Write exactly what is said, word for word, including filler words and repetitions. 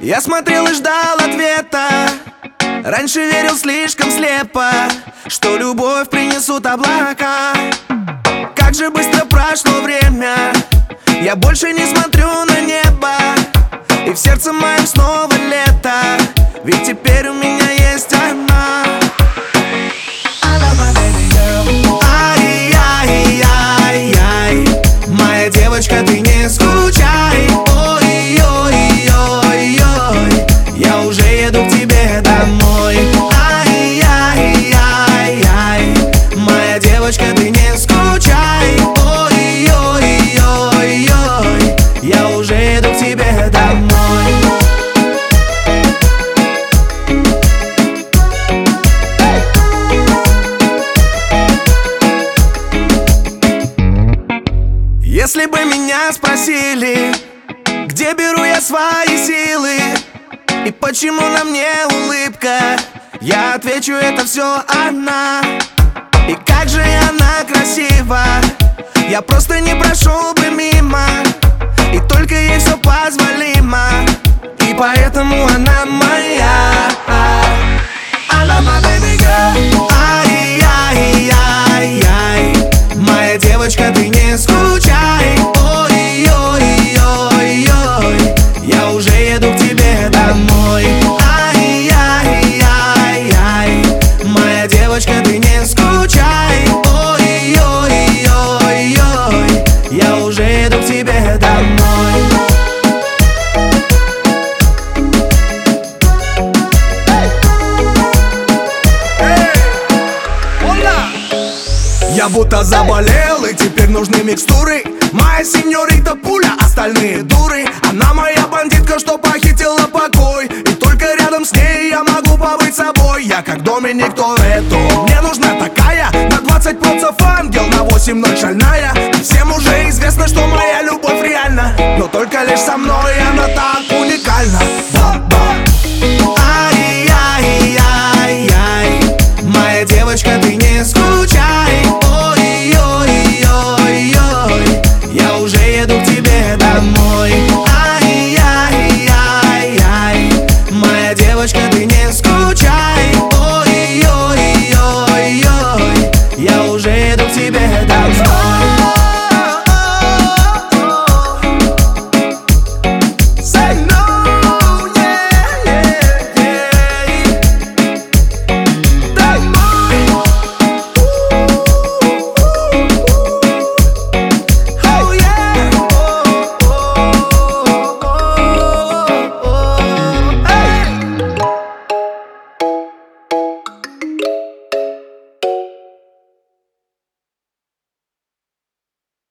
Я смотрел и ждал ответа. Раньше верил слишком слепо, что любовь принесут облака. Как же быстро прошло время, я больше не смотрю на небо, и в сердце моем снова лето, ведь теперь у меня есть она. Ай-яй-яй-яй, моя девочка, ты не скучай. Ой-ой-ой-ой, я уже еду к тебе домой. Ай-яй-яй-яй, моя девочка, ты не скучай. Ой-ой-ой-ой, я уже еду к тебе домой. Если бы меня спросили, где беру я свои силы и почему на мне улыбка, я отвечу: это все она. И как же она красива, я просто не прошел бы мимо, и только ей все позволимо, и поэтому она моя. Она my baby girl. Ай-яй-яй-яй, моя девочка, ты не скучай. Ой-ой-ой-ой, я уже еду к тебе домой. Ай-яй-яй-яй, моя девочка, ты не скучай. Ой-ой-ой-ой, я уже еду к тебе домой. Я будто заболел, и теперь нужны микстуры. Моя сеньорита пуля, остальные дуры. Она моя бандитка, что похитила покой, и только рядом с ней я могу побыть собой. Я как Доминик Торетто, мне нужна такая, на двадцать процентов ангел, на восемь ноль шальная. Всем уже известно, что моя любовь реальна, но только лишь со мной она так уникальна. Ай-яй-яй-яй, моя девочка, ты не